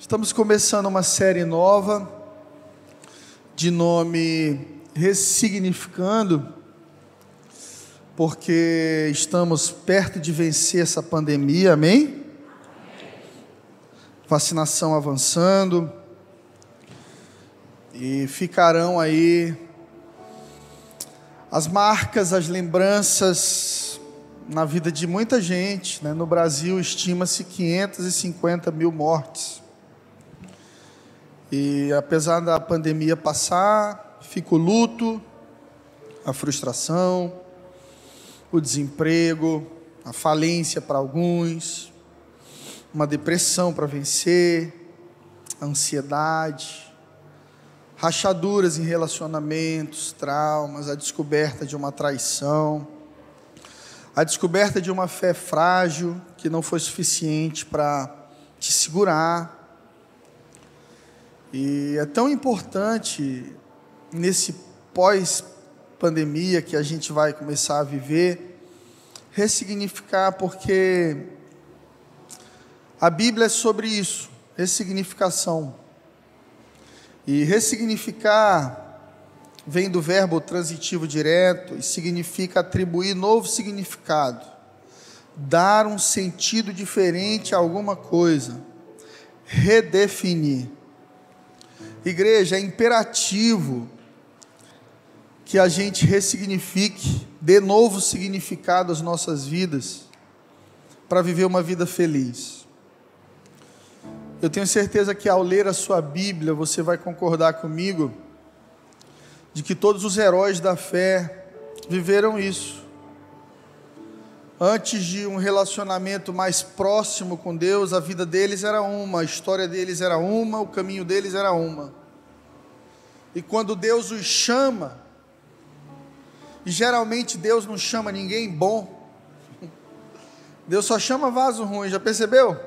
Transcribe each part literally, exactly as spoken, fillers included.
Estamos começando uma série nova, de nome Ressignificando, porque estamos perto de vencer essa pandemia, amém? Vacinação avançando, e ficarão aí as marcas, as lembranças na vida de muita gente, né? No Brasil estima-se quinhentas e cinquenta mil mortes. E apesar da pandemia passar, fica o luto, a frustração, o desemprego, a falência para alguns, uma depressão para vencer, a ansiedade, rachaduras em relacionamentos, traumas, a descoberta de uma traição, a descoberta de uma fé frágil que não foi suficiente para te segurar. E é tão importante, nesse pós-pandemia que a gente vai começar a viver, ressignificar, porque a Bíblia é sobre isso, ressignificação. E ressignificar vem do verbo transitivo direto e significa atribuir novo significado, dar um sentido diferente a alguma coisa, redefinir. Igreja, é imperativo que a gente ressignifique, dê novo significado às nossas vidas, para viver uma vida feliz. Eu tenho certeza que ao ler a sua Bíblia, você vai concordar comigo, de que todos os heróis da fé viveram isso. Antes de um relacionamento mais próximo com Deus, a vida deles era uma, a história deles era uma, o caminho deles era uma. E quando Deus os chama, e geralmente Deus não chama ninguém bom, Deus só chama vaso ruim, já percebeu?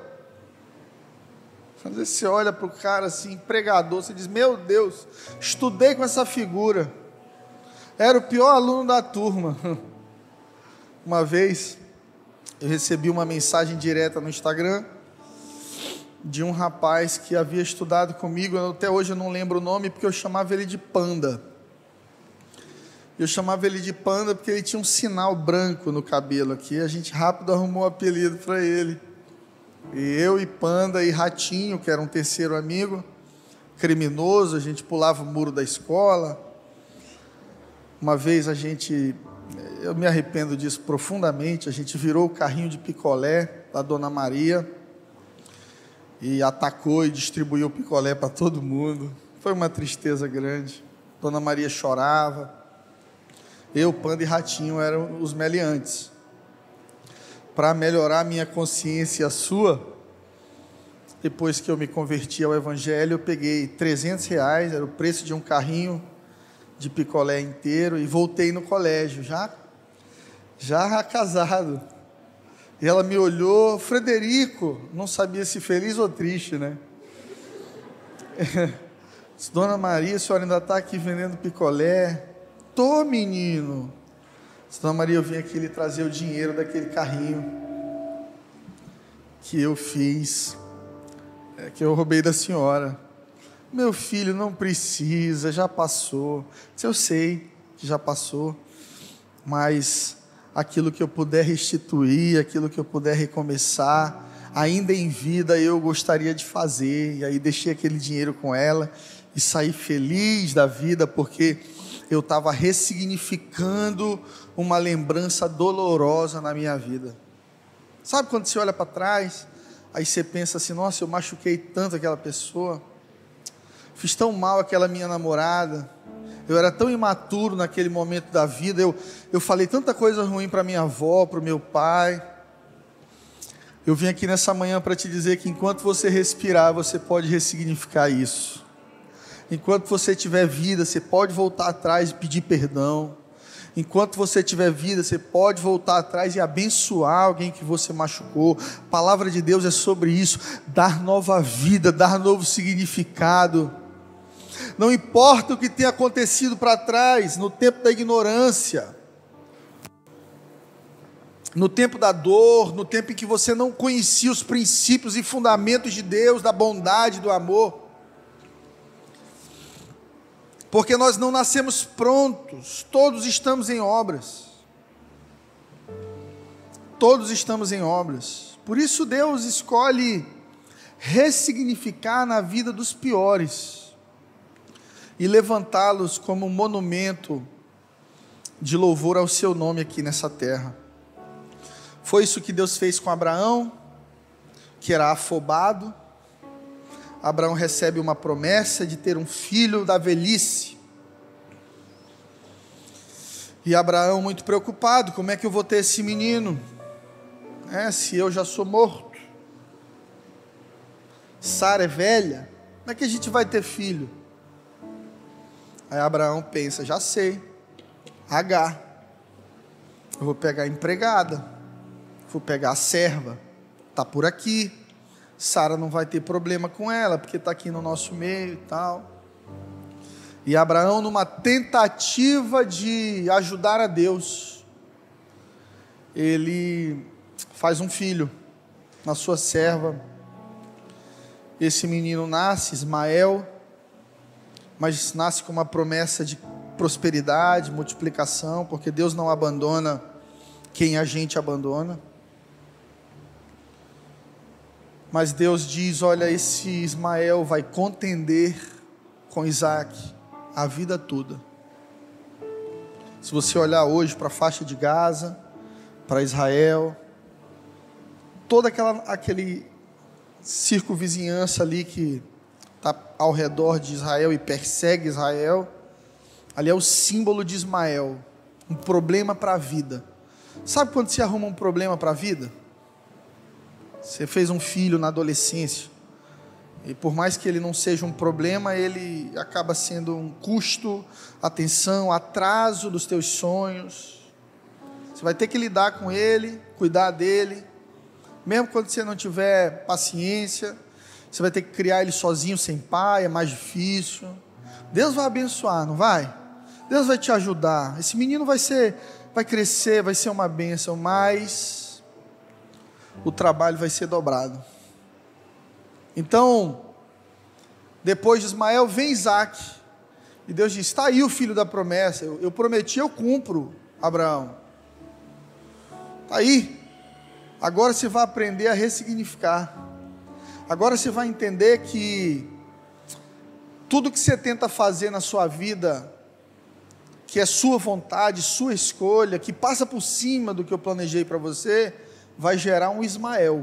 Às vezes você olha para o cara assim, pregador, você diz, meu Deus, estudei com essa figura, era o pior aluno da turma. Uma vez, eu recebi uma mensagem direta no Instagram, de um rapaz que havia estudado comigo, até hoje eu não lembro o nome, porque eu chamava ele de Panda. Eu chamava ele de Panda porque ele tinha um sinal branco no cabelo aqui, a gente rápido arrumou um apelido para ele. E eu e Panda e Ratinho, que era um terceiro amigo, criminoso, a gente pulava o muro da escola. Uma vez a gente, eu me arrependo disso profundamente, a gente virou o carrinho de picolé da Dona Maria e atacou e distribuiu o picolé para todo mundo. Foi uma tristeza grande. Dona Maria chorava. Eu, Panda e Ratinho eram os meliantes. Para melhorar a minha consciência e a sua, depois que eu me converti ao Evangelho, eu peguei trezentos reais, era o preço de um carrinho de picolé inteiro, e voltei no colégio, já, já casado. E ela me olhou, Frederico, não sabia se feliz ou triste, né? Dona Maria, a senhora ainda está aqui vendendo picolé? Tô, menino. Dona Maria, eu vim aqui lhe trazer o dinheiro daquele carrinho que eu fiz, é, que eu roubei da senhora. Meu filho, não precisa, já passou. Eu sei que já passou, mas aquilo que eu puder restituir, aquilo que eu puder recomeçar, ainda em vida eu gostaria de fazer. E aí deixei aquele dinheiro com ela e saí feliz da vida, porque eu estava ressignificando uma lembrança dolorosa na minha vida. Sabe quando você olha para trás, aí você pensa assim, nossa, eu machuquei tanto aquela pessoa, fiz tão mal aquela minha namorada, eu era tão imaturo naquele momento da vida, eu, eu falei tanta coisa ruim para minha avó, para o meu pai. Eu vim aqui nessa manhã para te dizer que enquanto você respirar, você pode ressignificar isso. Enquanto você tiver vida, você pode voltar atrás e pedir perdão. Enquanto você tiver vida, você pode voltar atrás e abençoar alguém que você machucou. A palavra de Deus é sobre isso, dar nova vida, dar novo significado. Não importa o que tenha acontecido para trás, no tempo da ignorância. no tempo da dor, no tempo em que você não conhecia os princípios e fundamentos de Deus, da bondade, do amor. Porque nós não nascemos prontos, todos estamos em obras. Todos estamos em obras. Por isso Deus escolhe ressignificar na vida dos piores e levantá-los como um monumento de louvor ao seu nome aqui nessa terra. Foi isso que Deus fez com Abraão, que era afobado. Abraão recebe uma promessa de ter um filho da velhice. E Abraão muito preocupado, como é que eu vou ter esse menino? É, se eu já sou morto. Sara é velha, como é que a gente vai ter filho? Aí Abraão pensa, já sei, Agar. Eu vou pegar a empregada, vou pegar a serva, está por aqui. Sara não vai ter problema com ela, porque está aqui no nosso meio e tal. E Abraão, numa tentativa de ajudar a Deus, ele faz um filho na sua serva. Esse menino nasce, Ismael, mas nasce com uma promessa de prosperidade, multiplicação, porque Deus não abandona quem a gente abandona. Mas Deus diz, olha, esse Ismael vai contender com Isaac a vida toda. Se você olhar hoje para a faixa de Gaza, para Israel, toda aquela aquele circunvizinhança ali que está ao redor de Israel e persegue Israel, ali é o símbolo de Ismael, um problema para a vida. Sabe quando se arruma um problema para a vida? Você fez um filho na adolescência, e por mais que ele não seja um problema, ele acaba sendo um custo, atenção, atraso dos teus sonhos. Você vai ter que lidar com ele, cuidar dele, mesmo quando você não tiver paciência, você vai ter que criar ele sozinho, sem pai, é mais difícil. Deus vai abençoar, não vai? Deus vai te ajudar, esse menino vai ser, vai crescer, vai ser uma bênção, mas o trabalho vai ser dobrado. Então, depois de Ismael, vem Isaac, e Deus diz, está aí o filho da promessa, eu, eu prometi, eu cumpro, Abraão, está aí, agora você vai aprender a ressignificar, agora você vai entender que tudo que você tenta fazer na sua vida, que é sua vontade, sua escolha, que passa por cima do que eu planejei para você, vai gerar um Ismael.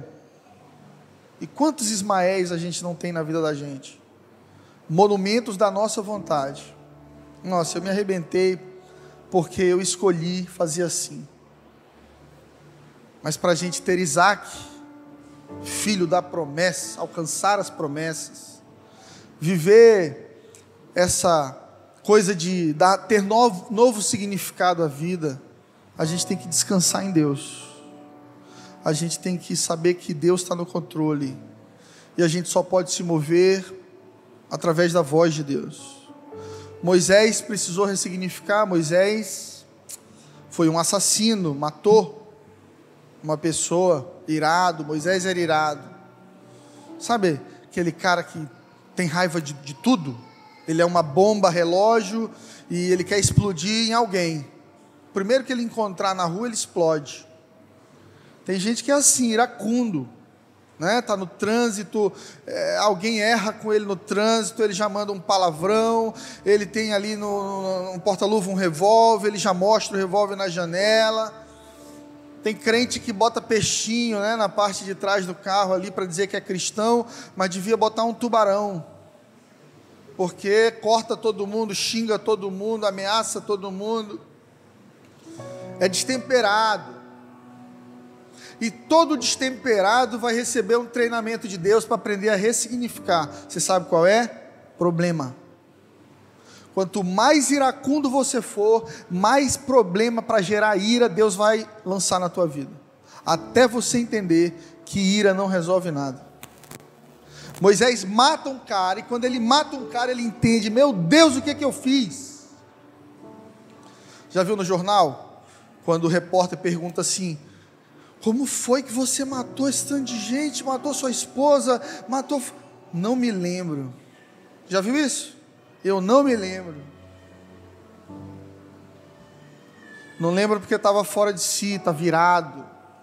E quantos Ismaéis a gente não tem na vida da gente? Monumentos da nossa vontade. Nossa, eu me arrebentei porque eu escolhi fazer assim. Mas para a gente ter Isaac, filho da promessa, alcançar as promessas, viver essa coisa de dar, ter novo, novo significado à vida, a gente tem que descansar em Deus. A gente tem que saber que Deus está no controle, e a gente só pode se mover através da voz de Deus. Moisés precisou ressignificar. Moisés foi um assassino, matou uma pessoa, irado. Moisés era irado, sabe aquele cara que tem raiva de, de tudo? Ele é uma bomba relógio e ele quer explodir em alguém. Primeiro que ele encontrar na rua, ele explode. Tem gente que é assim, iracundo, né? Está no trânsito, é, alguém erra com ele no trânsito, ele já manda um palavrão, ele tem ali no, no, no porta-luva um revólver, ele já mostra o revólver na janela. Tem crente que bota peixinho, né, na parte de trás do carro ali para dizer que é cristão, mas devia botar um tubarão, porque corta todo mundo, xinga todo mundo, ameaça todo mundo, é destemperado. E todo destemperado vai receber um treinamento de Deus para aprender a ressignificar. Você sabe qual é? Problema. Quanto mais iracundo você for, mais problema para gerar ira Deus vai lançar na tua vida, até você entender que ira não resolve nada. Moisés mata um cara, e quando ele mata um cara, ele entende, meu Deus, o que é que eu fiz? Já viu no jornal, quando o repórter pergunta assim, como foi que você matou esse tanto de gente, matou sua esposa, matou... Não me lembro. Já viu isso? Eu não me lembro. Não lembro porque estava fora de si, está virado.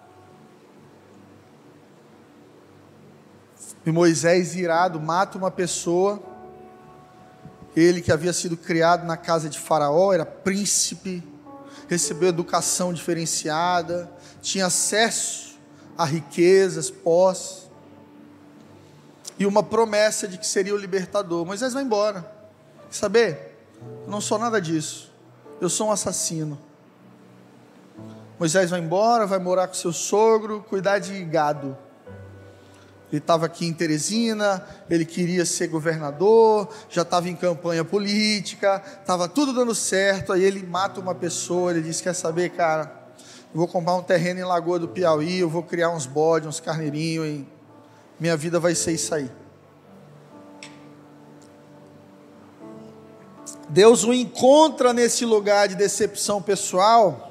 E Moisés, irado, mata uma pessoa. Ele que havia sido criado na casa de Faraó, era príncipe, recebeu educação diferenciada, tinha acesso a riquezas, posse, e uma promessa de que seria o libertador. Moisés vai embora. Quer saber? Eu não sou nada disso. Eu sou um assassino. Moisés vai embora, vai morar com seu sogro, cuidar de gado. Ele estava aqui em Teresina, ele queria ser governador, já estava em campanha política, estava tudo dando certo. Aí ele mata uma pessoa, ele diz: quer saber, cara, eu vou comprar um terreno em Lagoa do Piauí, eu vou criar uns bodes, uns carneirinhos, e minha vida vai ser isso aí. Deus o encontra nesse lugar de decepção pessoal,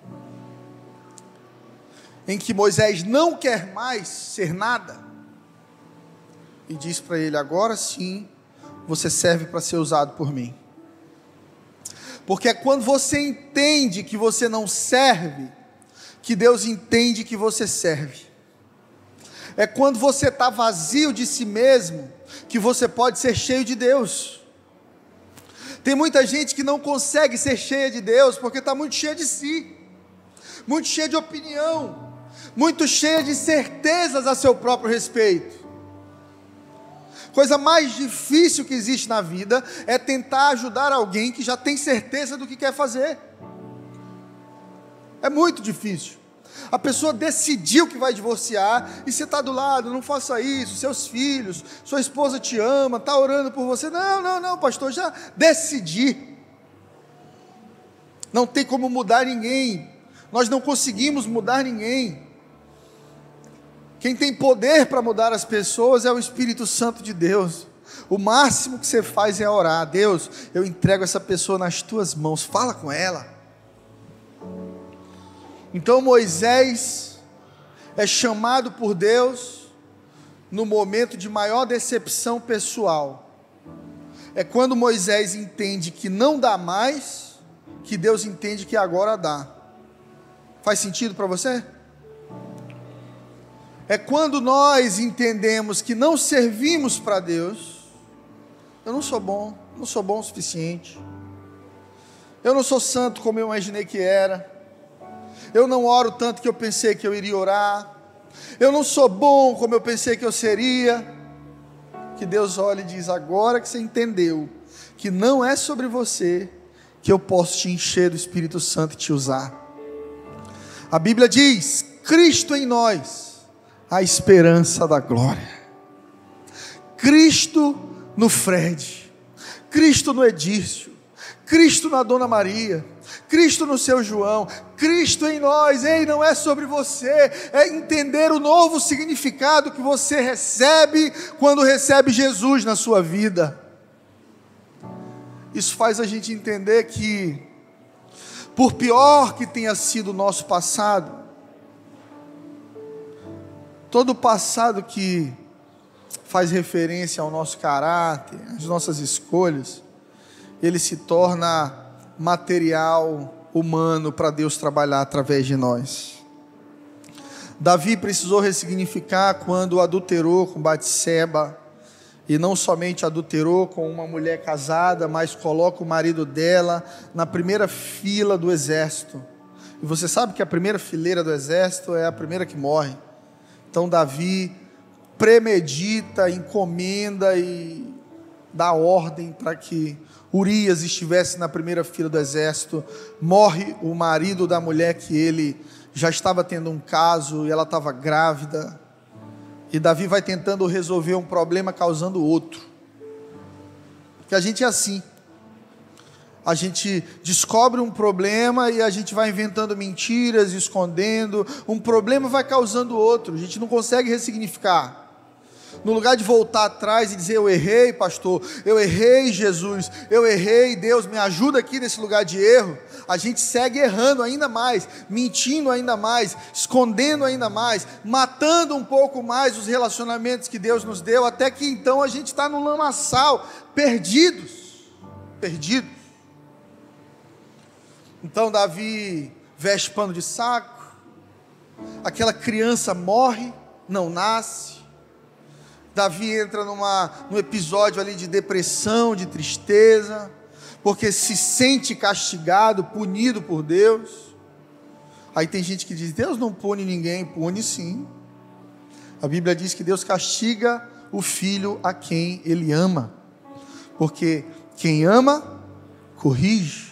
em que Moisés não quer mais ser nada, e diz para ele: agora sim, você serve para ser usado por mim. Porque é quando você entende que você não serve, que Deus entende que você serve. É quando você está vazio de si mesmo, que você pode ser cheio de Deus. Tem muita gente que não consegue ser cheia de Deus, porque está muito cheia de si, muito cheia de opinião, muito cheia de certezas a seu próprio respeito. Coisa mais difícil que existe na vida é tentar ajudar alguém que já tem certeza do que quer fazer. É muito difícil. A pessoa decidiu que vai divorciar e você está do lado: não faça isso, seus filhos, sua esposa te ama, está orando por você. Não, não, não, pastor, já decidi. Não tem como mudar ninguém. Nós não conseguimos mudar ninguém. Quem tem poder para mudar as pessoas é o Espírito Santo de Deus. O máximo que você faz é orar: Deus, eu entrego essa pessoa nas tuas mãos, fala com ela. Então Moisés é chamado por Deus no momento de maior decepção pessoal. É quando Moisés entende que não dá mais, que Deus entende que agora dá. Faz sentido para você? É quando nós entendemos que não servimos para Deus. Eu não sou bom, não sou bom o suficiente. Eu não sou santo como eu imaginei que era. Eu não oro tanto que eu pensei que eu iria orar. Eu não sou bom como eu pensei que eu seria. Que Deus olha e diz: agora que você entendeu que não é sobre você, que eu posso te encher do Espírito Santo e te usar. A Bíblia diz: Cristo em nós, a esperança da glória. Cristo no Fred, Cristo no Edício, Cristo na Dona Maria, Cristo no seu João, Cristo em nós. Ei, não é sobre você, é entender o novo significado que você recebe quando recebe Jesus na sua vida. Isso faz a gente entender que, por pior que tenha sido o nosso passado, todo o passado que faz referência ao nosso caráter, às nossas escolhas, ele se torna material, humano, para Deus trabalhar através de nós. Davi precisou ressignificar quando adulterou com Batseba, e não somente adulterou com uma mulher casada, mas coloca o marido dela na primeira fila do exército. E você sabe que a primeira fileira do exército é a primeira que morre. Então Davi premedita, encomenda e dá ordem para que Urias estivesse na primeira fila do exército. Morre o marido da mulher que ele já estava tendo um caso, e ela estava grávida, e Davi vai tentando resolver um problema causando outro. Porque a gente é assim, a gente descobre um problema e a gente vai inventando mentiras, escondendo. Um problema vai causando outro, a gente não consegue ressignificar. No lugar de voltar atrás e dizer, eu errei, pastor, eu errei, Jesus, eu errei, Deus, me ajuda aqui nesse lugar de erro, a gente segue errando ainda mais, mentindo ainda mais, escondendo ainda mais, matando um pouco mais os relacionamentos que Deus nos deu, até que então a gente está no lamaçal, perdidos, perdidos. Então Davi veste pano de saco, aquela criança morre, não nasce. Davi entra numa, num episódio ali de depressão, de tristeza, porque se sente castigado, punido por Deus. Aí tem gente que diz, Deus não pune ninguém. Pune sim. A Bíblia diz que Deus castiga o filho a quem Ele ama, porque quem ama, corrige.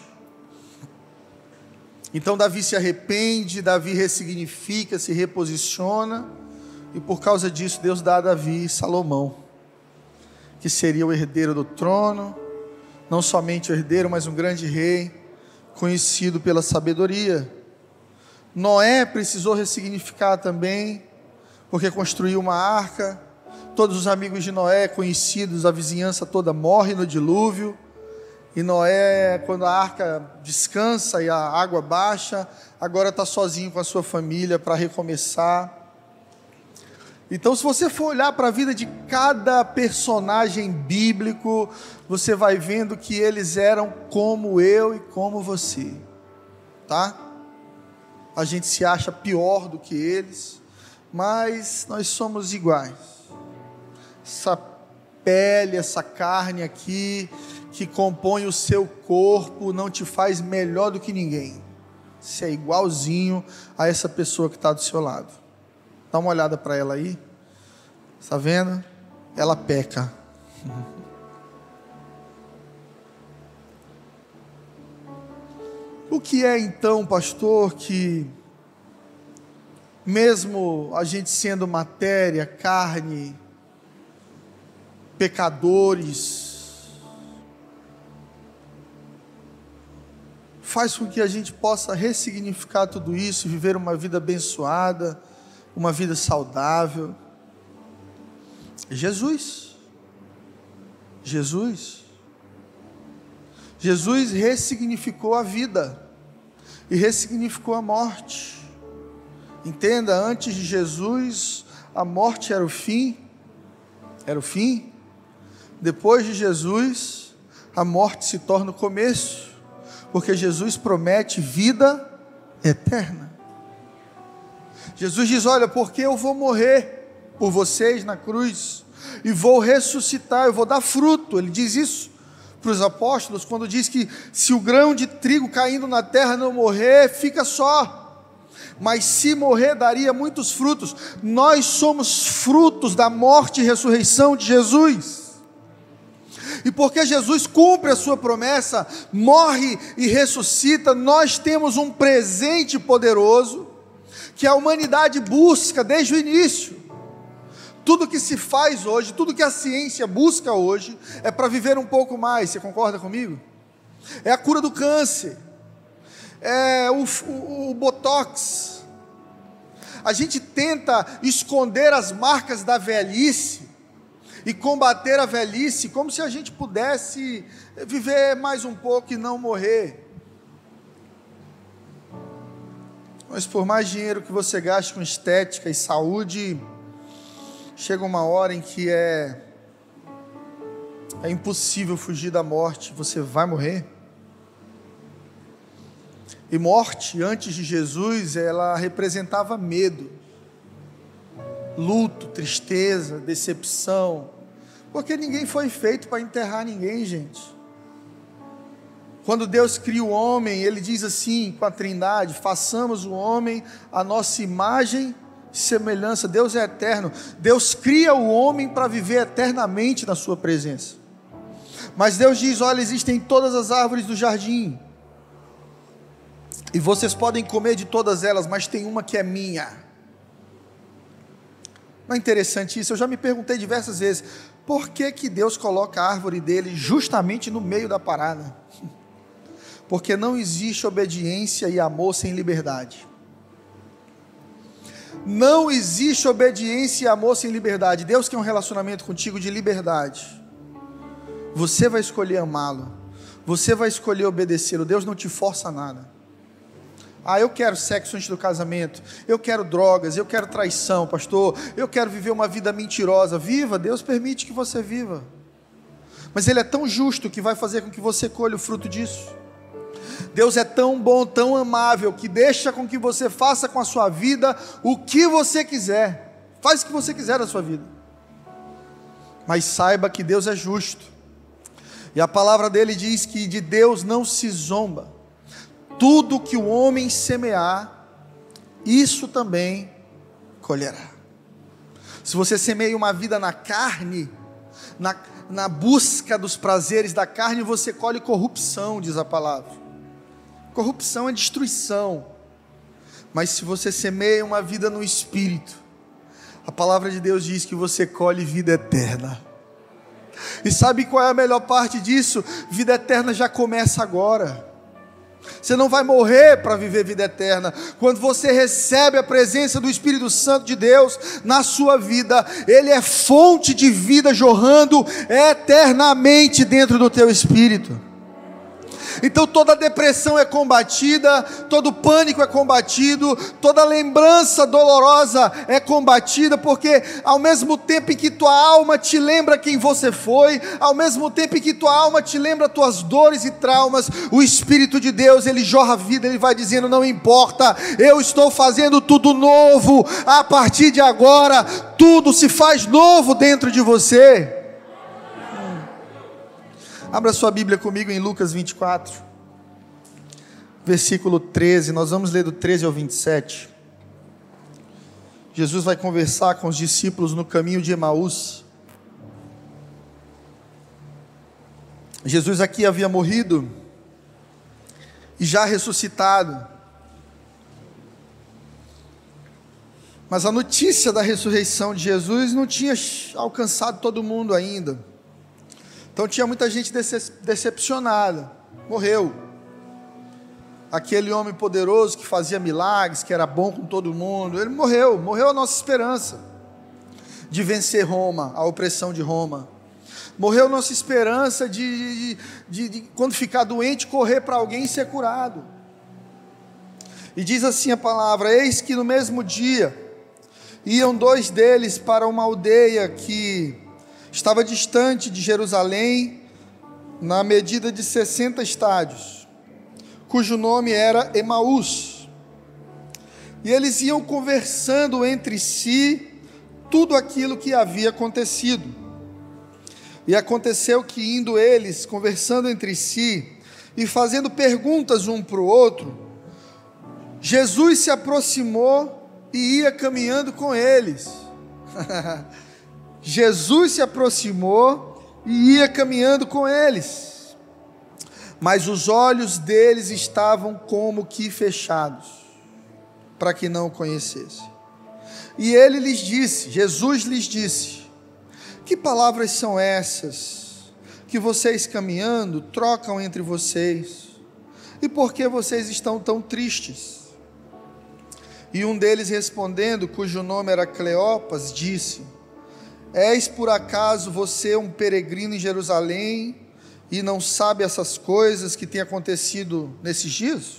Então Davi se arrepende, Davi ressignifica, se reposiciona, e por causa disso Deus dá a Davi Salomão, que seria o herdeiro do trono, não somente o herdeiro, mas um grande rei, conhecido pela sabedoria. Noé precisou ressignificar também, porque construiu uma arca, todos os amigos de Noé, conhecidos, a vizinhança toda morre no dilúvio, e Noé, quando a arca descansa e a água baixa, agora está sozinho com a sua família para recomeçar. Então, se você for olhar para a vida de cada personagem bíblico, você vai vendo que eles eram como eu e como você, tá? A gente se acha pior do que eles, mas nós somos iguais. Essa pele, essa carne aqui, que compõe o seu corpo, não te faz melhor do que ninguém. Você é igualzinho a essa pessoa que está do seu lado. Dá uma olhada para ela aí. Está vendo? Ela peca. O que é então, pastor, que mesmo a gente sendo matéria, carne, pecadores, faz com que a gente possa ressignificar tudo isso, viver uma vida abençoada, uma vida saudável? Jesus, Jesus, Jesus ressignificou a vida e ressignificou a morte. Entenda, antes de Jesus, a morte era o fim, era o fim. Depois de Jesus, a morte se torna o começo, porque Jesus promete vida eterna. Jesus diz, olha, porque eu vou morrer por vocês na cruz, e vou ressuscitar, eu vou dar fruto. Ele diz isso para os apóstolos, quando diz que se o grão de trigo caindo na terra não morrer, fica só, mas se morrer, daria muitos frutos. Nós somos frutos da morte e ressurreição de Jesus, e porque Jesus cumpre a sua promessa, morre e ressuscita, nós temos um presente poderoso, que a humanidade busca desde o início. Tudo que se faz hoje, tudo que a ciência busca hoje, é para viver um pouco mais. Você concorda comigo? É a cura do câncer, é o, o, o botox. A gente tenta esconder as marcas da velhice e combater a velhice, como se a gente pudesse viver mais um pouco e não morrer. Mas por mais dinheiro que você gaste com estética e saúde, chega uma hora em que é, é impossível fugir da morte, você vai morrer. E morte, antes de Jesus, ela representava medo, luto, tristeza, decepção, porque ninguém foi feito para enterrar ninguém, gente. Quando Deus cria o homem, Ele diz assim, com a Trindade, façamos o homem a nossa imagem e semelhança. Deus é eterno, Deus cria o homem para viver eternamente na sua presença, mas Deus diz, olha, existem todas as árvores do jardim, e vocês podem comer de todas elas, mas tem uma que é minha. Não é interessante isso? Eu já me perguntei diversas vezes, por que que Deus coloca a árvore dele justamente no meio da parada? Porque não existe obediência e amor sem liberdade. Não existe obediência e amor sem liberdade. Deus quer um relacionamento contigo de liberdade. Você vai escolher amá-lo. Você vai escolher obedecê-lo. Deus não te força a nada. Ah, eu quero sexo antes do casamento. Eu quero drogas. Eu quero traição, pastor. Eu quero viver uma vida mentirosa. Viva, Deus permite que você viva. Mas Ele é tão justo que vai fazer com que você colha o fruto disso. Deus é tão bom, tão amável, que deixa com que você faça com a sua vida o que você quiser. Faz o que você quiser da sua vida. Mas saiba que Deus é justo. E a palavra dele diz que de Deus não se zomba. Tudo que o homem semear, isso também colherá. Se você semeia uma vida na carne, na, na busca dos prazeres da carne, você colhe corrupção, diz a palavra. Corrupção é destruição. Mas se você semeia uma vida no Espírito, a palavra de Deus diz que você colhe vida eterna. E sabe qual é a melhor parte disso? Vida eterna já começa agora. Você não vai morrer para viver vida eterna. Quando você recebe a presença do Espírito Santo de Deus na sua vida, Ele é fonte de vida jorrando eternamente dentro do teu espírito. Então toda depressão é combatida, todo pânico é combatido, toda lembrança dolorosa é combatida, porque ao mesmo tempo em que tua alma te lembra quem você foi, ao mesmo tempo em que tua alma te lembra tuas dores e traumas, o Espírito de Deus, Ele jorra vida, Ele vai dizendo, não importa, eu estou fazendo tudo novo, a partir de agora, tudo se faz novo dentro de você. Abra sua Bíblia comigo em Lucas vinte e quatro, versículo treze, nós vamos ler do treze ao vinte e sete. Jesus vai conversar com os discípulos no caminho de Emaús. Jesus aqui havia morrido e já ressuscitado, mas a notícia da ressurreição de Jesus não tinha alcançado todo mundo ainda. Então tinha muita gente decepcionada. Morreu. Aquele homem poderoso que fazia milagres, que era bom com todo mundo, ele morreu. Morreu a nossa esperança de vencer Roma, a opressão de Roma. Morreu a nossa esperança de, de, de, de quando ficar doente, correr para alguém e ser curado. E diz assim a palavra: eis que no mesmo dia iam dois deles para uma aldeia que estava distante de Jerusalém, na medida de sessenta estádios, cujo nome era Emaús. E eles iam conversando entre si tudo aquilo que havia acontecido. E aconteceu que, indo eles, conversando entre si, e fazendo perguntas um para o outro, Jesus se aproximou e ia caminhando com eles. Jesus se aproximou e ia caminhando com eles, mas os olhos deles estavam como que fechados, para que não o conhecessem. E ele lhes disse, Jesus lhes disse: que palavras são essas que vocês caminhando trocam entre vocês? E por que vocês estão tão tristes? E um deles respondendo, cujo nome era Cleopas, disse: és por acaso você um peregrino em Jerusalém e não sabe essas coisas que têm acontecido nesses dias?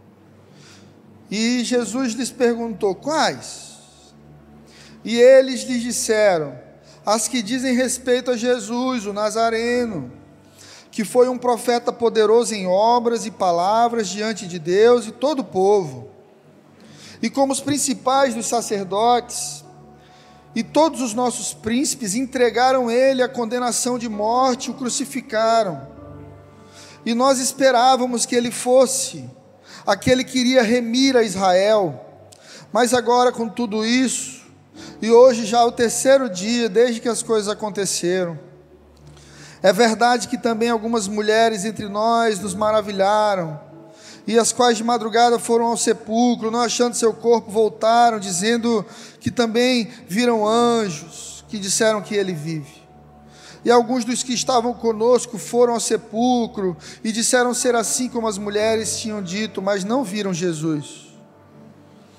E Jesus lhes perguntou: quais? E eles lhes disseram: as que dizem respeito a Jesus, o Nazareno, que foi um profeta poderoso em obras e palavras diante de Deus e todo o povo. E como os principais dos sacerdotes e todos os nossos príncipes entregaram ele à condenação de morte, o crucificaram. E nós esperávamos que ele fosse aquele que iria remir a Israel. Mas agora, com tudo isso, e hoje já é o terceiro dia desde que as coisas aconteceram, é verdade que também algumas mulheres entre nós nos maravilharam, e as quais de madrugada foram ao sepulcro, não achando seu corpo, voltaram, dizendo que também viram anjos, que disseram que ele vive. E alguns dos que estavam conosco foram ao sepulcro, e disseram ser assim como as mulheres tinham dito, mas não viram Jesus.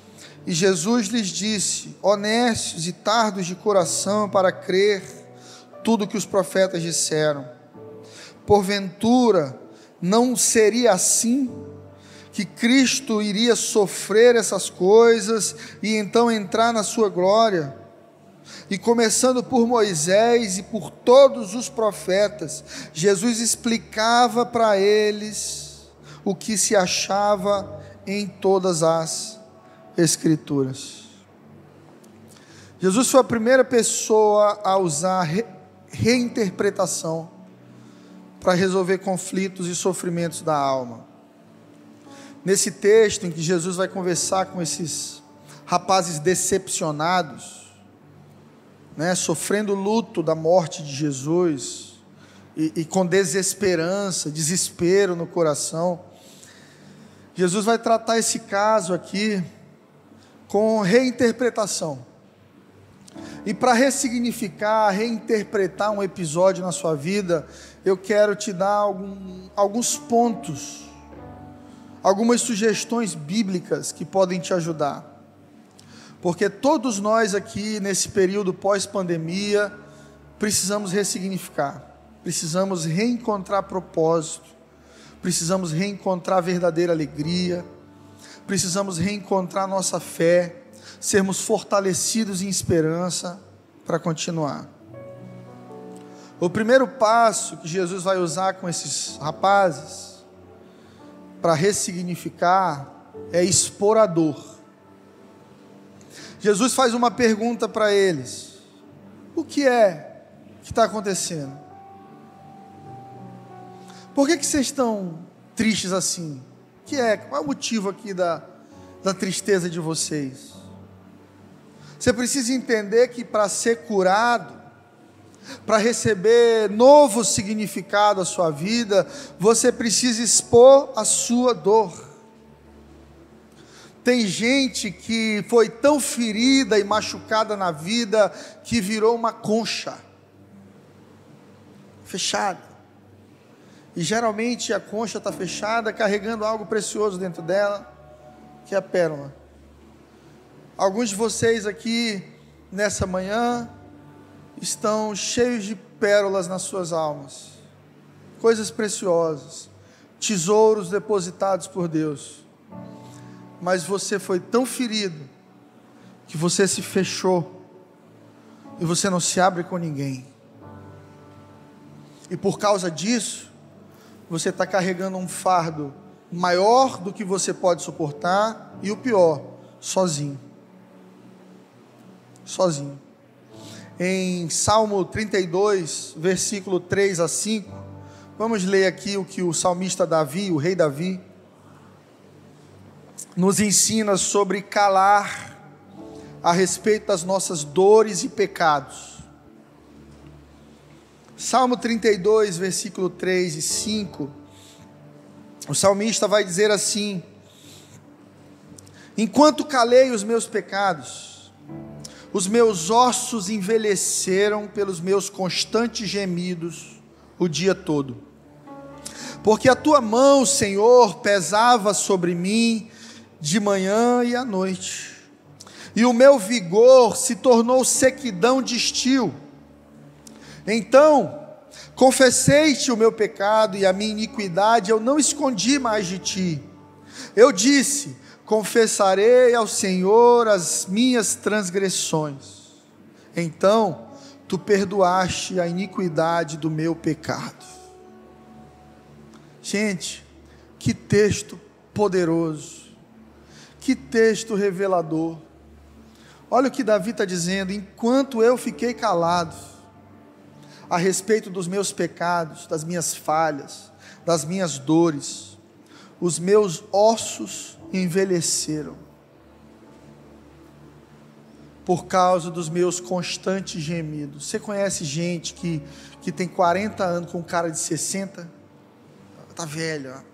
E Jesus lhes disse: honestos e tardos de coração para crer tudo o que os profetas disseram. Porventura, não seria assim que Cristo iria sofrer essas coisas e então entrar na sua glória? E começando por Moisés e por todos os profetas, Jesus explicava para eles o que se achava em todas as Escrituras. Jesus foi a primeira pessoa a usar re, reinterpretação para resolver conflitos e sofrimentos da alma. Nesse texto em que Jesus vai conversar com esses rapazes decepcionados, né, sofrendo o luto da morte de Jesus, e, e com desesperança, desespero no coração, Jesus vai tratar esse caso aqui com reinterpretação. E para ressignificar, reinterpretar um episódio na sua vida, eu quero te dar algum, alguns pontos, algumas sugestões bíblicas que podem te ajudar. Porque todos nós aqui, nesse período pós-pandemia, precisamos ressignificar, precisamos reencontrar propósito, precisamos reencontrar verdadeira alegria, precisamos reencontrar nossa fé, sermos fortalecidos em esperança para continuar. O primeiro passo que Jesus vai usar com esses rapazes para ressignificar é expor a dor. Jesus faz uma pergunta para eles: o que é que está acontecendo? Por que que vocês estão tristes assim? O que é? Qual é o motivo aqui da, da tristeza de vocês? Você precisa entender que para ser curado, para receber novo significado à sua vida, você precisa expor a sua dor. Tem gente que foi tão ferida e machucada na vida que virou uma concha fechada. E geralmente a concha está fechada, carregando algo precioso dentro dela, que é a pérola. Alguns de vocês aqui, nessa manhã, estão cheios de pérolas nas suas almas, coisas preciosas, tesouros depositados por Deus. Mas você foi tão ferido, que você se fechou, e você não se abre com ninguém. E por causa disso, você está carregando um fardo maior do que você pode suportar, e o pior, sozinho. Sozinho. Em Salmo trinta e dois, versículo três a cinco, vamos ler aqui o que o salmista Davi, o rei Davi, nos ensina sobre calar a respeito das nossas dores e pecados. Salmo trinta e dois, versículo três e cinco, o salmista vai dizer assim: enquanto calei os meus pecados, os meus ossos envelheceram pelos meus constantes gemidos o dia todo. Porque a tua mão, Senhor, pesava sobre mim de manhã e à noite, e o meu vigor se tornou sequidão de estio. Então confessei-te o meu pecado e a minha iniquidade eu não escondi mais de ti. Eu disse: confessarei ao Senhor as minhas transgressões. Então tu perdoaste a iniquidade do meu pecado. Gente, que texto poderoso, que texto revelador. Olha o que Davi está dizendo: enquanto eu fiquei calado a respeito dos meus pecados, das minhas falhas, das minhas dores, os meus ossos envelheceram por causa dos meus constantes gemidos. Você conhece gente que, que tem quarenta anos com cara de sessenta? Está velho, ó.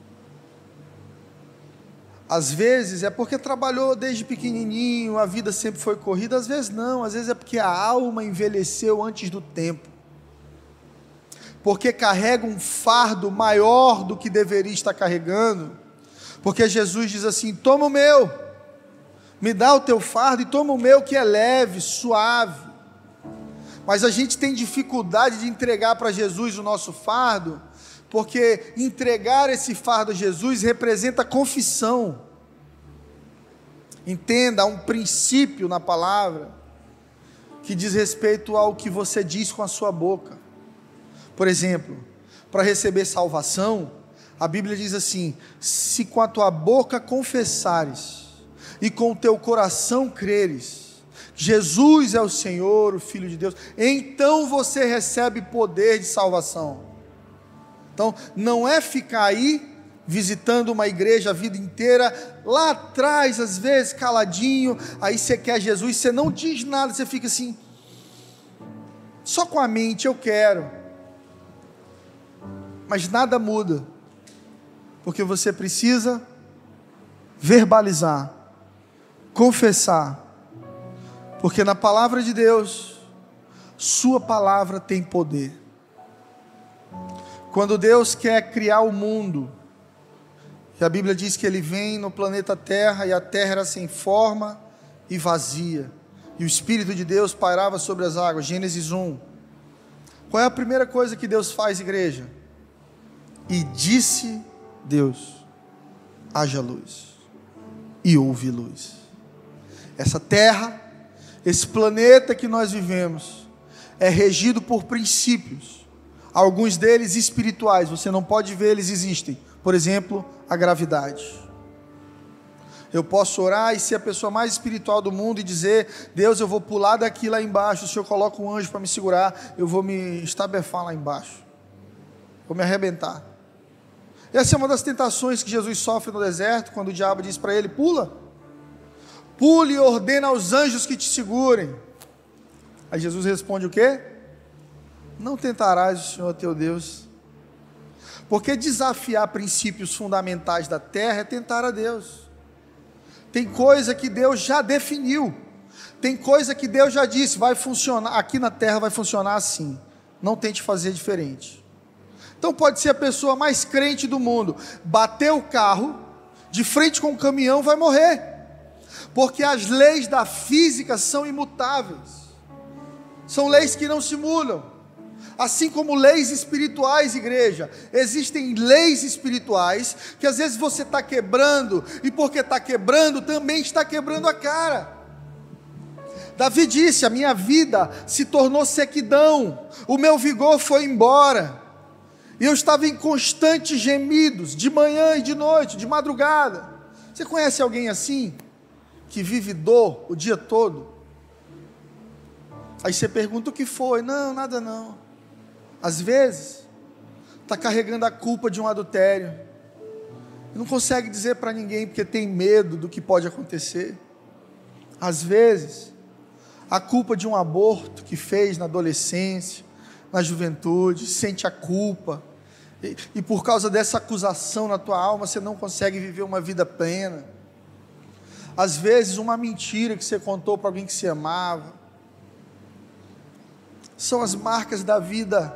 Às vezes é porque trabalhou desde pequenininho, a vida sempre foi corrida. Às vezes não, às vezes é porque a alma envelheceu antes do tempo, porque carrega um fardo maior do que deveria estar carregando. Porque Jesus diz assim: toma o meu Me dá o teu fardo e toma o meu, que é leve, suave. Mas a gente tem dificuldade de entregar para Jesus o nosso fardo, porque entregar esse fardo a Jesus representa confissão. Entenda, há um princípio na palavra que diz respeito ao que você diz com a sua boca. Por exemplo, para receber salvação, a Bíblia diz assim: se com a tua boca confessares e com o teu coração creres, Jesus é o Senhor, o Filho de Deus, então você recebe poder de salvação. Então, não é ficar aí, visitando uma igreja a vida inteira, lá atrás, às vezes, caladinho, aí você quer Jesus, você não diz nada, você fica assim, só com a mente, eu quero, mas nada muda, porque você precisa verbalizar, confessar, porque na palavra de Deus, sua palavra tem poder. Quando Deus quer criar o mundo, e a Bíblia diz que Ele vem no planeta Terra, e a Terra era sem forma e vazia, e o Espírito de Deus pairava sobre as águas, Gênesis um. Qual é a primeira coisa que Deus faz, igreja? E disse Deus: haja luz, e houve luz. Essa terra, esse planeta que nós vivemos, é regido por princípios, alguns deles espirituais, você não pode ver, eles existem. Por exemplo, a gravidade. Eu posso orar e ser a pessoa mais espiritual do mundo e dizer: Deus, eu vou pular daqui lá embaixo, o Senhor coloca um anjo para me segurar, eu vou me estabefar lá embaixo, vou me arrebentar. Essa é uma das tentações que Jesus sofre no deserto, quando o diabo diz para ele: pula, pule e ordena aos anjos que te segurem. Aí Jesus responde o quê? Não tentarás o Senhor teu Deus. Porque desafiar princípios fundamentais da terra é tentar a Deus. Tem coisa que Deus já definiu, tem coisa que Deus já disse, vai funcionar, aqui na terra vai funcionar assim, não tente fazer diferente. Então pode ser a pessoa mais crente do mundo, bater o carro, de frente com o caminhão, vai morrer, porque as leis da física são imutáveis, são leis que não se mudam. Assim como leis espirituais, igreja, existem leis espirituais, que às vezes você está quebrando, e porque está quebrando, também está quebrando a cara. Davi disse: a minha vida se tornou sequidão, o meu vigor foi embora, e eu estava em constantes gemidos, de manhã e de noite, de madrugada. Você conhece alguém assim, que vive dor o dia todo? Aí você pergunta: o que foi? Não, nada não. Às vezes, está carregando a culpa de um adultério, não consegue dizer para ninguém, porque tem medo do que pode acontecer. Às vezes, a culpa de um aborto que fez na adolescência, na juventude, sente a culpa, e, e por causa dessa acusação na tua alma, você não consegue viver uma vida plena. Às vezes, uma mentira que você contou para alguém que se amava, são as marcas da vida,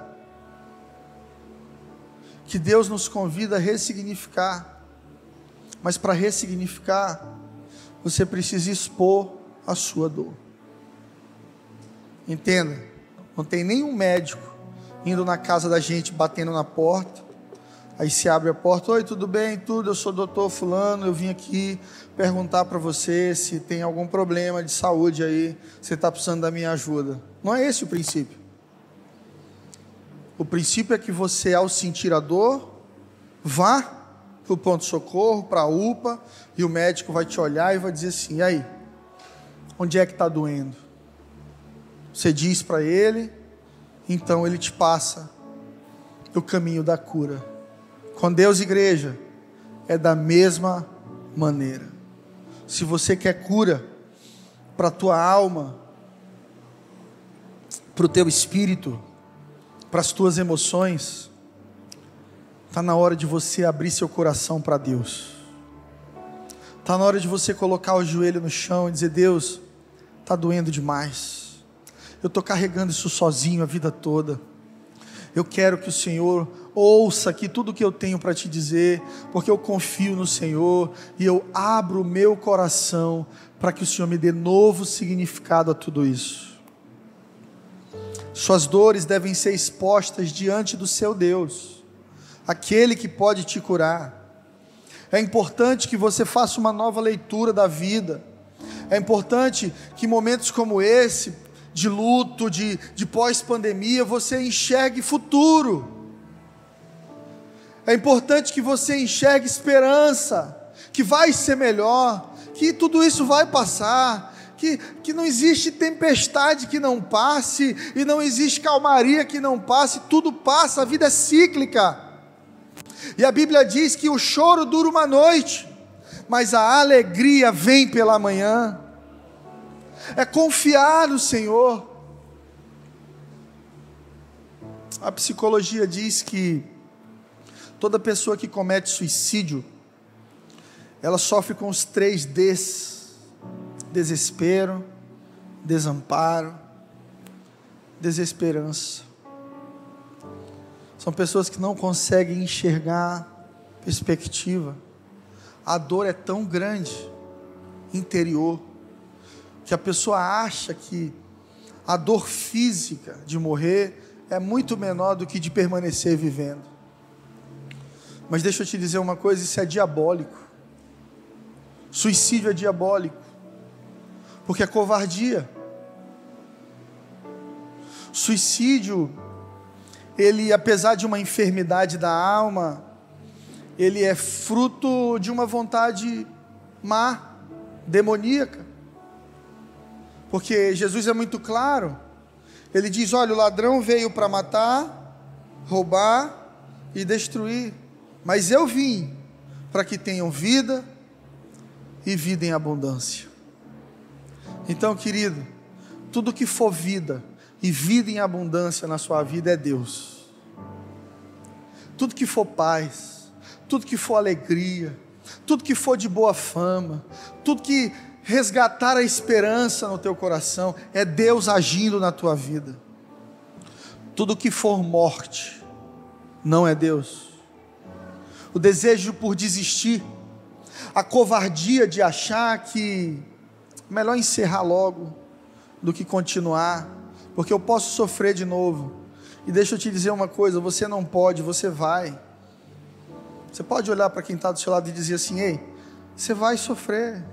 que Deus nos convida a ressignificar, mas para ressignificar, você precisa expor a sua dor. Entenda, não tem nenhum médico indo na casa da gente, batendo na porta, aí se abre a porta: oi, tudo bem? Tudo, eu sou o doutor fulano, eu vim aqui perguntar para você se tem algum problema de saúde aí, você está precisando da minha ajuda. Não é esse o princípio. O princípio é que você, ao sentir a dor, vá para o pronto-socorro, para a U P A, e o médico vai te olhar e vai dizer assim: e aí, onde é que está doendo? Você diz para ele, então ele te passa o caminho da cura. Com Deus, igreja, é da mesma maneira. Se você quer cura para a tua alma, para o teu espírito, para as tuas emoções, está na hora de você abrir seu coração para Deus. Está na hora de você colocar o joelho no chão e dizer: Deus, está doendo demais, eu estou carregando isso sozinho a vida toda, eu quero que o Senhor ouça aqui tudo o que eu tenho para te dizer, porque eu confio no Senhor e eu abro o meu coração para que o Senhor me dê novo significado a tudo isso. Suas dores devem ser expostas diante do seu Deus, aquele que pode te curar. É importante que você faça uma nova leitura da vida. É importante que momentos como esse, de luto, de, de pós-pandemia, você enxergue futuro. É importante que você enxergue esperança, que vai ser melhor, que tudo isso vai passar, que, que não existe tempestade que não passe, e não existe calmaria que não passe, tudo passa, a vida é cíclica. E a Bíblia diz que o choro dura uma noite, mas a alegria vem pela manhã. É confiar no Senhor. A psicologia diz que toda pessoa que comete suicídio, ela sofre com os três Ds: desespero, desamparo, desesperança. São pessoas que não conseguem enxergar perspectiva. A dor é tão grande, interior, que a pessoa acha que a dor física de morrer é muito menor do que de permanecer vivendo. Mas deixa eu te dizer uma coisa, isso é diabólico. Suicídio é diabólico, porque é covardia. Suicídio, ele, apesar de uma enfermidade da alma, ele é fruto de uma vontade má, demoníaca. Porque Jesus é muito claro, ele diz: olha, o ladrão veio para matar, roubar e destruir, mas eu vim para que tenham vida e vida em abundância. Então, querido, tudo que for vida e vida em abundância na sua vida é Deus. Tudo que for paz, tudo que for alegria, tudo que for de boa fama, tudo que resgatar a esperança no teu coração, é Deus agindo na tua vida. Tudo que for morte, não é Deus. O desejo por desistir, a covardia de achar que é melhor encerrar logo do que continuar, porque eu posso sofrer de novo. E deixa eu te dizer uma coisa, você não pode, você vai. Você pode olhar para quem está do seu lado e dizer assim: ei, você vai sofrer.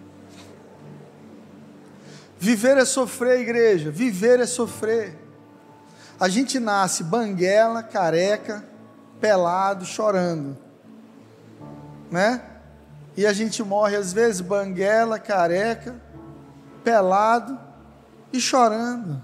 Viver é sofrer, igreja, viver é sofrer. A gente nasce banguela, careca, pelado, chorando, né? E a gente morre às vezes banguela, careca, pelado e chorando.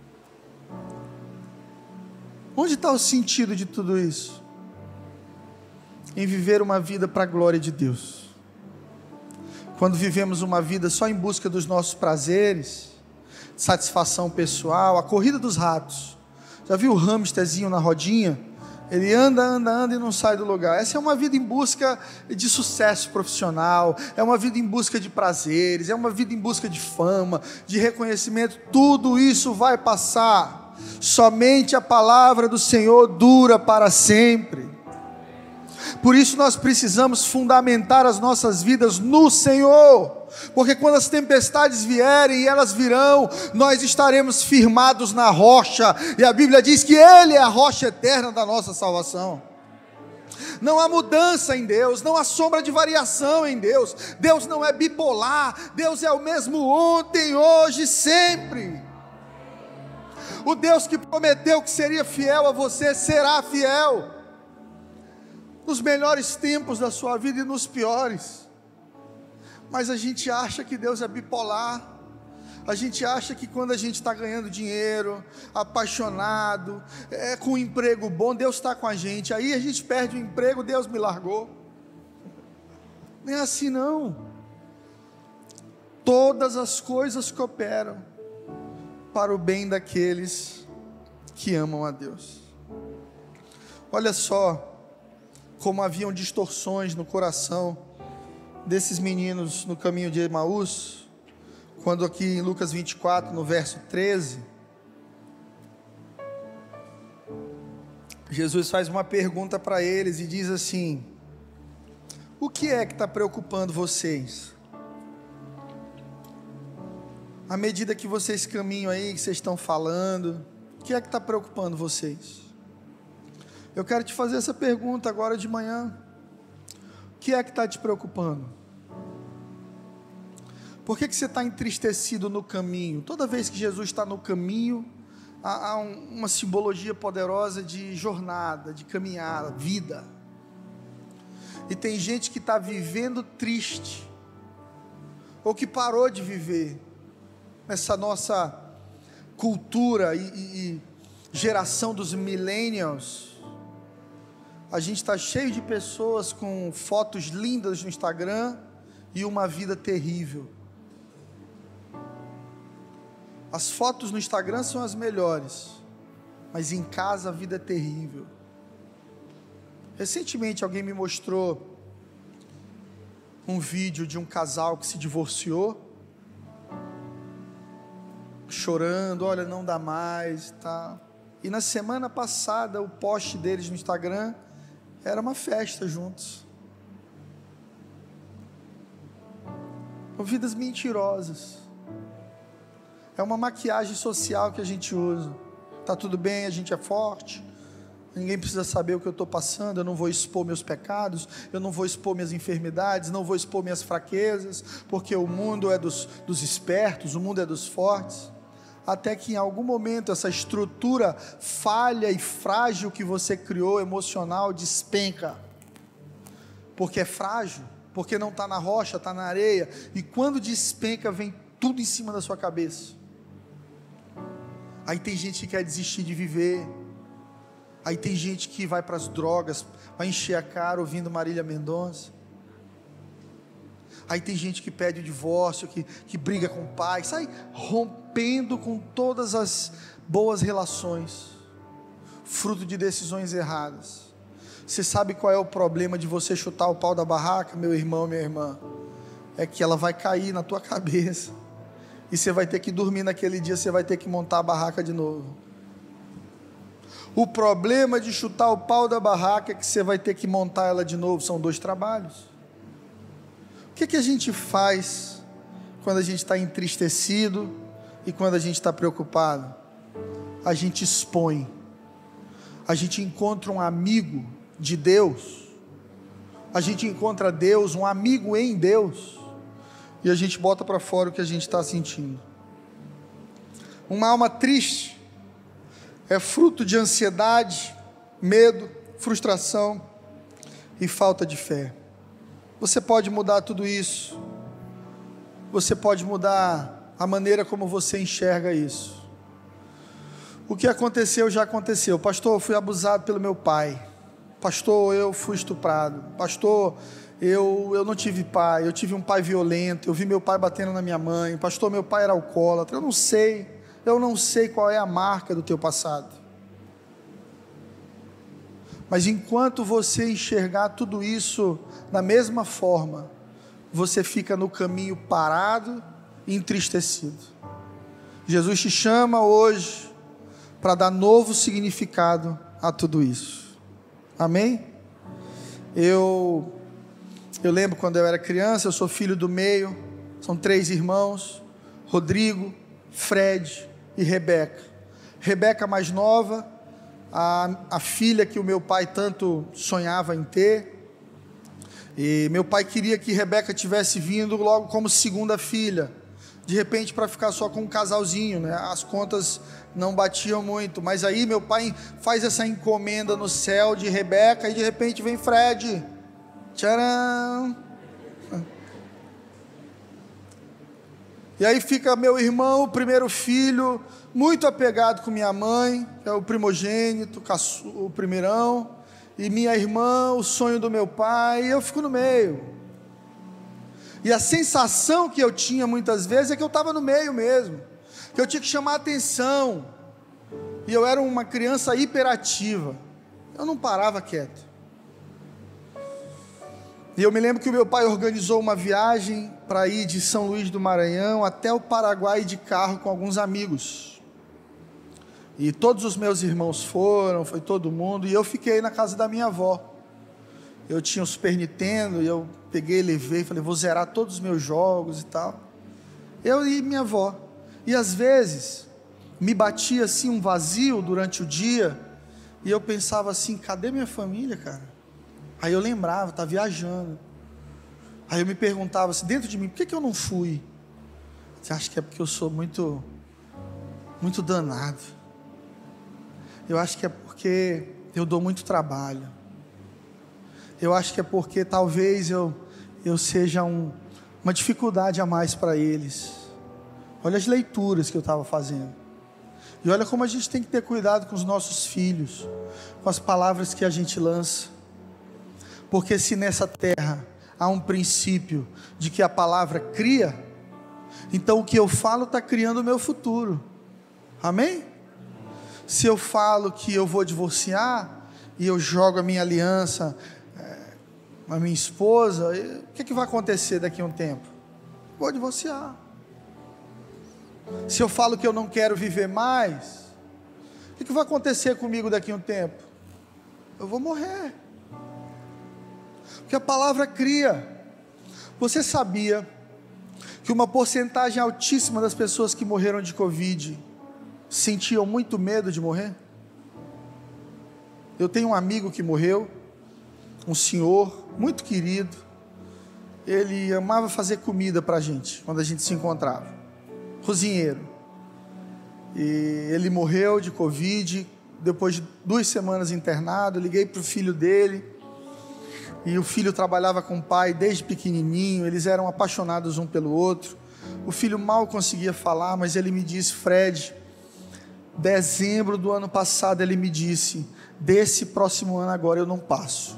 Onde está o sentido de tudo isso? Em viver uma vida para a glória de Deus. Quando vivemos uma vida só em busca dos nossos prazeres, satisfação pessoal, a corrida dos ratos. Já viu o hamsterzinho na rodinha? Ele anda, anda, anda e não sai do lugar. Essa é uma vida em busca de sucesso profissional, é uma vida em busca de prazeres, é uma vida em busca de fama, de reconhecimento. Tudo isso vai passar. Somente a palavra do Senhor dura para sempre. Por isso nós precisamos fundamentar as nossas vidas no Senhor, porque quando as tempestades vierem, e elas virão, nós estaremos firmados na rocha, e a Bíblia diz que Ele é a rocha eterna da nossa salvação. Não há mudança em Deus, não há sombra de variação em Deus. Deus não é bipolar, Deus é o mesmo ontem, hoje, sempre. O Deus que prometeu que seria fiel a você, será fiel nos melhores tempos da sua vida e nos piores. Mas a gente acha que Deus é bipolar. A gente acha que quando a gente está ganhando dinheiro, apaixonado, é, com um emprego bom, Deus está com a gente. Aí a gente perde o emprego, Deus me largou. Não é assim não. Todas as coisas cooperam para o bem daqueles que amam a Deus. Olha só como haviam distorções no coração desses meninos no caminho de Emaús, quando aqui em Lucas vinte e quatro, no verso treze, Jesus faz uma pergunta para eles e diz assim: o que é que está preocupando vocês? À medida que vocês caminham aí, que vocês estão falando, o que é que está preocupando vocês? Eu quero te fazer essa pergunta agora de manhã. O que é que está te preocupando? Por que que você está entristecido no caminho? Toda vez que Jesus está no caminho, há, há um, uma simbologia poderosa de jornada, de caminhada, vida. E tem gente que está vivendo triste, ou que parou de viver, nessa nossa cultura e, e, e geração dos millennials. A gente está cheio de pessoas com fotos lindas no Instagram e uma vida terrível. As fotos no Instagram são as melhores, mas em casa a vida é terrível. Recentemente alguém me mostrou um vídeo de um casal que se divorciou, chorando, olha, não dá mais, tá. E na semana passada o post deles no Instagram era uma festa juntos. São vidas mentirosas. É uma maquiagem social que a gente usa. Tá tudo bem, a gente é forte, ninguém precisa saber o que eu estou passando, eu não vou expor meus pecados, eu não vou expor minhas enfermidades, não vou expor minhas fraquezas, porque o mundo é dos, dos espertos, o mundo é dos fortes. Até que em algum momento essa estrutura falha e frágil que você criou, emocional, despenca, porque é frágil, porque não está na rocha, está na areia, e quando despenca vem tudo em cima da sua cabeça. Aí tem gente que quer desistir de viver, aí tem gente que vai para as drogas, vai encher a cara ouvindo Marília Mendonça, aí tem gente que pede o divórcio, que, que briga com o pai, sai rompendo com todas as boas relações, fruto de decisões erradas. Você sabe qual é o problema de você chutar o pau da barraca, meu irmão, minha irmã? É que ela vai cair na tua cabeça, e você vai ter que dormir naquele dia, você vai ter que montar a barraca de novo. O problema de chutar o pau da barraca é que você vai ter que montar ela de novo, são dois trabalhos. O que que a gente faz quando a gente está entristecido e quando a gente está preocupado? A gente expõe, a gente encontra um amigo de Deus, a gente encontra Deus, um amigo em Deus, e a gente bota para fora o que a gente está sentindo. Uma alma triste é fruto de ansiedade, medo, frustração e falta de fé. Você pode mudar tudo isso, você pode mudar a maneira como você enxerga isso. O que aconteceu já aconteceu. Pastor, eu fui abusado pelo meu pai. Pastor, eu fui estuprado. Pastor, eu, eu não tive pai, eu tive um pai violento, eu vi meu pai batendo na minha mãe. Pastor, meu pai era alcoólatra. Eu não sei, eu não sei qual é a marca do teu passado. Mas enquanto você enxergar tudo isso da mesma forma, você fica no caminho parado e entristecido. Jesus te chama hoje para dar novo significado a tudo isso. Amém? Eu, eu lembro quando eu era criança, eu sou filho do meio, são três irmãos, Rodrigo, Fred e Rebeca. Rebeca mais nova, a, a filha que o meu pai tanto sonhava em ter, e meu pai queria que Rebeca tivesse vindo logo como segunda filha, de repente para ficar só com um casalzinho, né? As contas não batiam muito, mas aí meu pai faz essa encomenda no céu de Rebeca, e de repente vem Fred, tcharam, e aí fica meu irmão, o primeiro filho, muito apegado com minha mãe, que é o primogênito, o primeirão, e minha irmã, o sonho do meu pai, e eu fico no meio. E a sensação que eu tinha muitas vezes é que eu estava no meio mesmo, que eu tinha que chamar atenção, e eu era uma criança hiperativa, eu não parava quieto. E eu me lembro que o meu pai organizou uma viagem para ir de São Luís do Maranhão até o Paraguai de carro com alguns amigos. E todos os meus irmãos foram, foi todo mundo, e eu fiquei na casa da minha avó. Eu tinha o Super Nintendo, e eu peguei, levei, falei, vou zerar todos os meus jogos e tal. Eu e minha avó. E às vezes, me batia assim um vazio durante o dia, e eu pensava assim, cadê minha família, cara? Aí eu lembrava, tá viajando. Aí eu me perguntava assim, dentro de mim, por que que eu não fui? Você acha que é porque eu sou muito, muito danado? Eu acho que é porque eu dou muito trabalho. Eu acho que é porque talvez eu, eu seja um, uma dificuldade a mais para eles. Olha as leituras que eu estava fazendo. E olha como a gente tem que ter cuidado com os nossos filhos, com as palavras que a gente lança. Porque se nessa terra há um princípio de que a palavra cria, então o que eu falo está criando o meu futuro. Amém? Se eu falo que eu vou divorciar, e eu jogo a minha aliança, é, a minha esposa, o que, que vai acontecer daqui a um tempo? Vou divorciar. Se eu falo que eu não quero viver mais, o que, que vai acontecer comigo daqui a um tempo? Eu vou morrer. Porque a palavra cria. Você sabia que uma porcentagem altíssima das pessoas que morreram de Covid sentiam muito medo de morrer? Eu tenho um amigo que morreu, um senhor muito querido. Ele amava fazer comida para a gente quando a gente se encontrava, cozinheiro. E ele morreu de Covid depois de duas semanas internado. Eu liguei para o filho dele, e o filho trabalhava com o pai desde pequenininho. Eles eram apaixonados um pelo outro. O filho mal conseguia falar, mas ele me disse, Fred, dezembro do ano passado ele me disse, desse próximo ano agora eu não passo.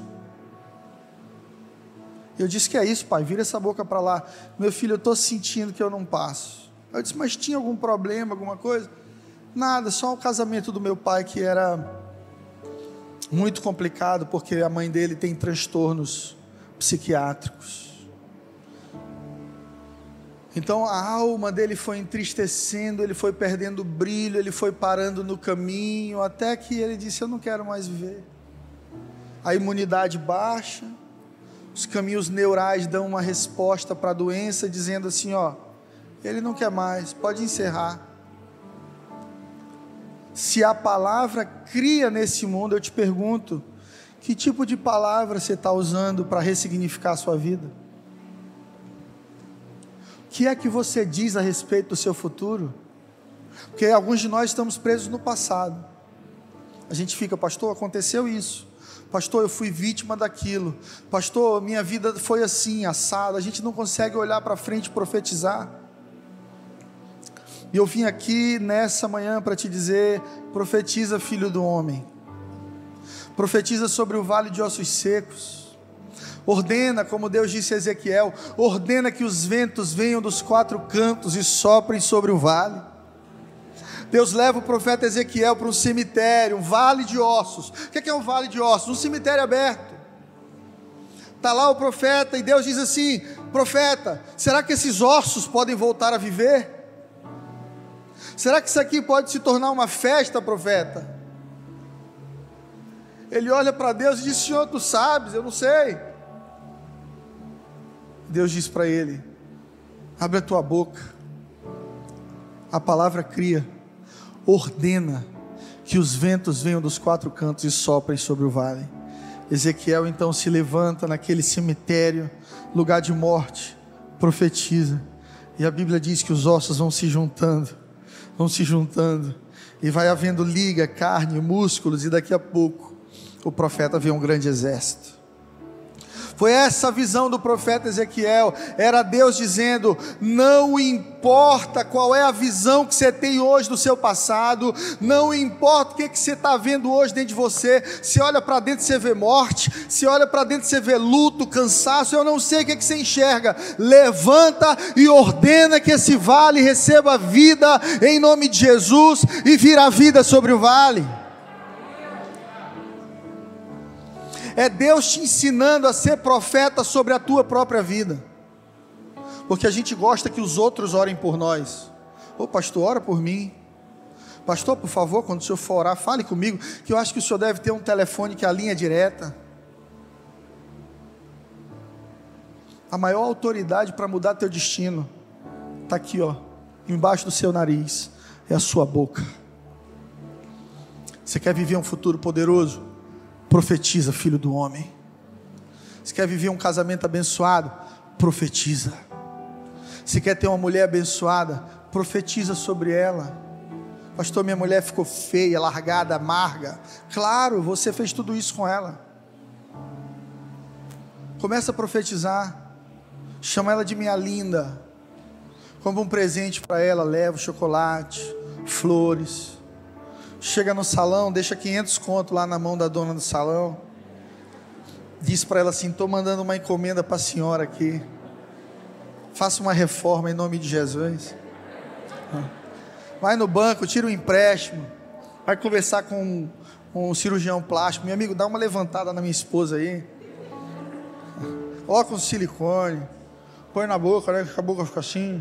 Eu disse, que é isso, pai? Vira essa boca para lá. Meu filho, eu estou sentindo que eu não passo. Eu disse, mas tinha algum problema, alguma coisa? Nada, só o casamento do meu pai que era muito complicado, porque a mãe dele tem transtornos psiquiátricos. Então a alma dele foi entristecendo, ele foi perdendo o brilho, ele foi parando no caminho, até que ele disse, eu não quero mais viver. A imunidade baixa, os caminhos neurais dão uma resposta para a doença, dizendo assim, ó, ele não quer mais, pode encerrar. Se a palavra cria nesse mundo, eu te pergunto, que tipo de palavra você está usando para ressignificar a sua vida? O que é que você diz a respeito do seu futuro? Porque alguns de nós estamos presos no passado. A gente fica, pastor, aconteceu isso. Pastor, eu fui vítima daquilo. Pastor, minha vida foi assim, assado. A gente não consegue olhar para frente e profetizar. E eu vim aqui nessa manhã para te dizer, profetiza, filho do homem. Profetiza sobre o vale de ossos secos. Ordena, como Deus disse a Ezequiel, ordena que os ventos venham dos quatro cantos e soprem sobre o vale. Deus leva o profeta Ezequiel para um cemitério, um vale de ossos. O que é um vale de ossos? Um cemitério aberto. Está lá o profeta e Deus diz assim, profeta, será que esses ossos podem voltar a viver? Será que isso aqui pode se tornar uma festa, profeta? Ele olha para Deus e diz, Senhor, tu sabes, eu não sei. Deus diz para ele, abre a tua boca, a palavra cria, ordena que os ventos venham dos quatro cantos e soprem sobre o vale. Ezequiel então se levanta naquele cemitério, lugar de morte, profetiza, e a Bíblia diz que os ossos vão se juntando, vão se juntando, e vai havendo liga, carne, músculos, e daqui a pouco o profeta vê um grande exército. Foi essa a visão do profeta Ezequiel, era Deus dizendo, não importa qual é a visão que você tem hoje do seu passado, não importa o que, que você está vendo hoje dentro de você, se olha para dentro você vê morte, se olha para dentro você vê luto, cansaço, eu não sei o que, que você enxerga, levanta e ordena que esse vale receba vida em nome de Jesus, e vira a vida sobre o vale. É Deus te ensinando a ser profeta sobre a tua própria vida. Porque a gente gosta que os outros orem por nós. Ô pastor, ora por mim. Pastor, por favor, quando o senhor for orar, fale comigo, que eu acho que o senhor deve ter um telefone que é a linha direta. A maior autoridade para mudar teu destino está aqui, ó, embaixo do seu nariz, é a sua boca. Você quer viver um futuro poderoso? Profetiza, filho do homem. Você quer viver um casamento abençoado? Profetiza. Você quer ter uma mulher abençoada? Profetiza sobre ela. Pastor, minha mulher ficou feia, largada, amarga. Claro, você fez tudo isso com ela. Começa a profetizar. Chama ela de minha linda. Compra um presente para ela, leva chocolate, flores. Chega no salão, deixa quinhentos conto lá na mão da dona do salão. Diz para ela assim: estou mandando uma encomenda para a senhora aqui. Faça uma reforma em nome de Jesus. Vai no banco, tira um empréstimo. Vai conversar com um, um cirurgião plástico. Meu amigo, dá uma levantada na minha esposa aí. Coloca um silicone. Põe na boca, né? Que a boca fica assim.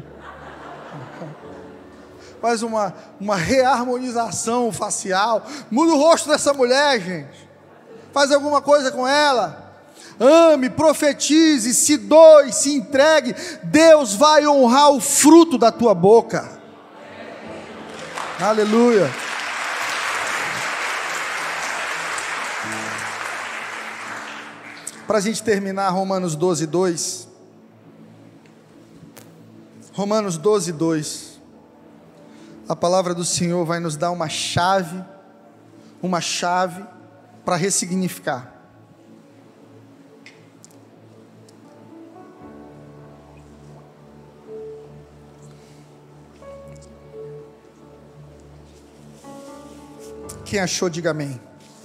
Faz uma, uma reharmonização facial. Muda o rosto dessa mulher, gente. Faz alguma coisa com ela. Ame, profetize, se doe, se entregue. Deus vai honrar o fruto da tua boca. Aleluia. Para a gente terminar, Romanos doze, dois. Romanos doze, dois. A palavra do Senhor vai nos dar uma chave, uma chave para ressignificar. Quem achou, diga amém.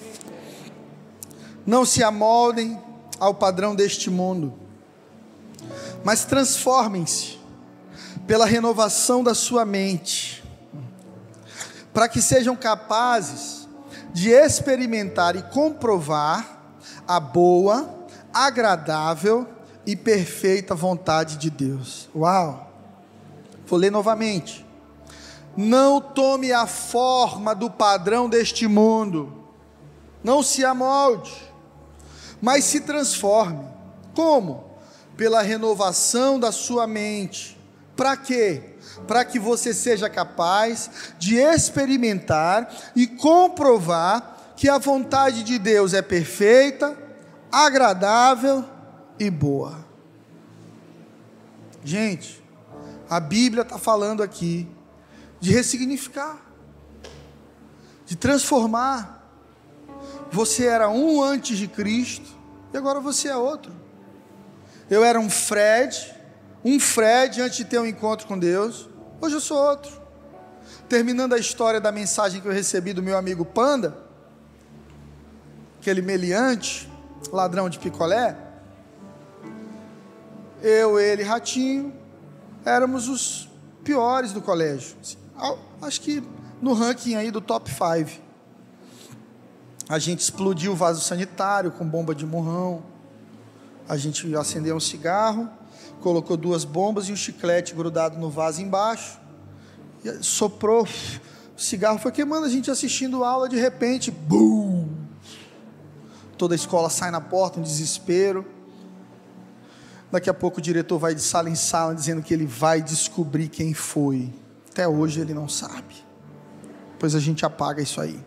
Não se amoldem ao padrão deste mundo, mas transformem-se pela renovação da sua mente, para que sejam capazes de experimentar e comprovar a boa, agradável e perfeita vontade de Deus. Uau! Vou ler novamente. Não tome a forma do padrão deste mundo, não se amolde, mas se transforme. Como? Pela renovação da sua mente. Para quê? Para que você seja capaz de experimentar e comprovar que a vontade de Deus é perfeita, agradável e boa. Gente, a Bíblia está falando aqui de ressignificar, de transformar. Você era um antes de Cristo e agora você é outro. Eu era um Fred, um Fred antes de ter um encontro com Deus, hoje eu sou outro. Terminando a história da mensagem que eu recebi do meu amigo Panda, aquele meliante, ladrão de picolé, eu, ele, Ratinho, éramos os piores do colégio, acho que no ranking aí do top cinco. A gente explodiu o vaso sanitário com bomba de morrão, a gente acendeu um cigarro, colocou duas bombas e um chiclete grudado no vaso embaixo, e soprou, o cigarro foi queimando, a gente assistindo aula, de repente, bum, toda a escola sai na porta, um desespero. Daqui a pouco o diretor vai de sala em sala dizendo que ele vai descobrir quem foi. Até hoje ele não sabe. Depois a gente apaga isso aí.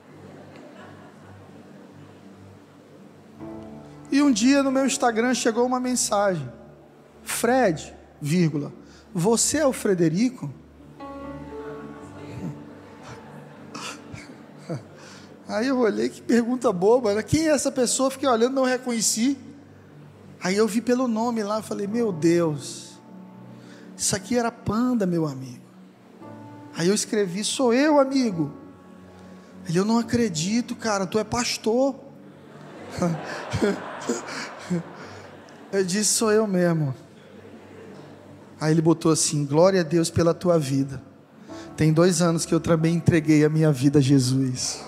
E um dia no meu Instagram chegou uma mensagem: Fred, vírgula, você é o Frederico? Aí eu olhei, que pergunta boba, né? Quem é essa pessoa? Fiquei olhando, não reconheci. Aí eu vi pelo nome lá, falei, meu Deus, isso aqui era Panda, meu amigo. Aí eu escrevi, sou eu, amigo. Ele, eu não acredito, cara, tu é pastor. Eu disse, sou eu mesmo. Aí ele botou assim, glória a Deus pela tua vida. Tem dois anos que eu também entreguei a minha vida a Jesus.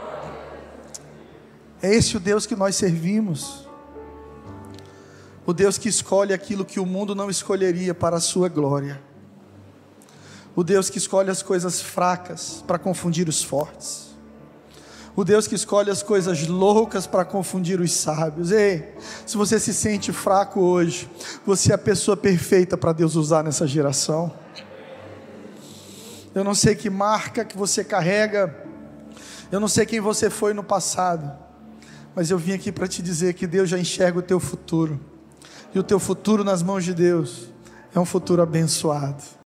É esse o Deus que nós servimos. O Deus que escolhe aquilo que o mundo não escolheria para a sua glória. O Deus que escolhe as coisas fracas para confundir os fortes. O Deus que escolhe as coisas loucas para confundir os sábios. Ei, se você se sente fraco hoje, você é a pessoa perfeita para Deus usar nessa geração. Eu não sei que marca que você carrega, eu não sei quem você foi no passado, mas eu vim aqui para te dizer que Deus já enxerga o teu futuro, e o teu futuro nas mãos de Deus é um futuro abençoado.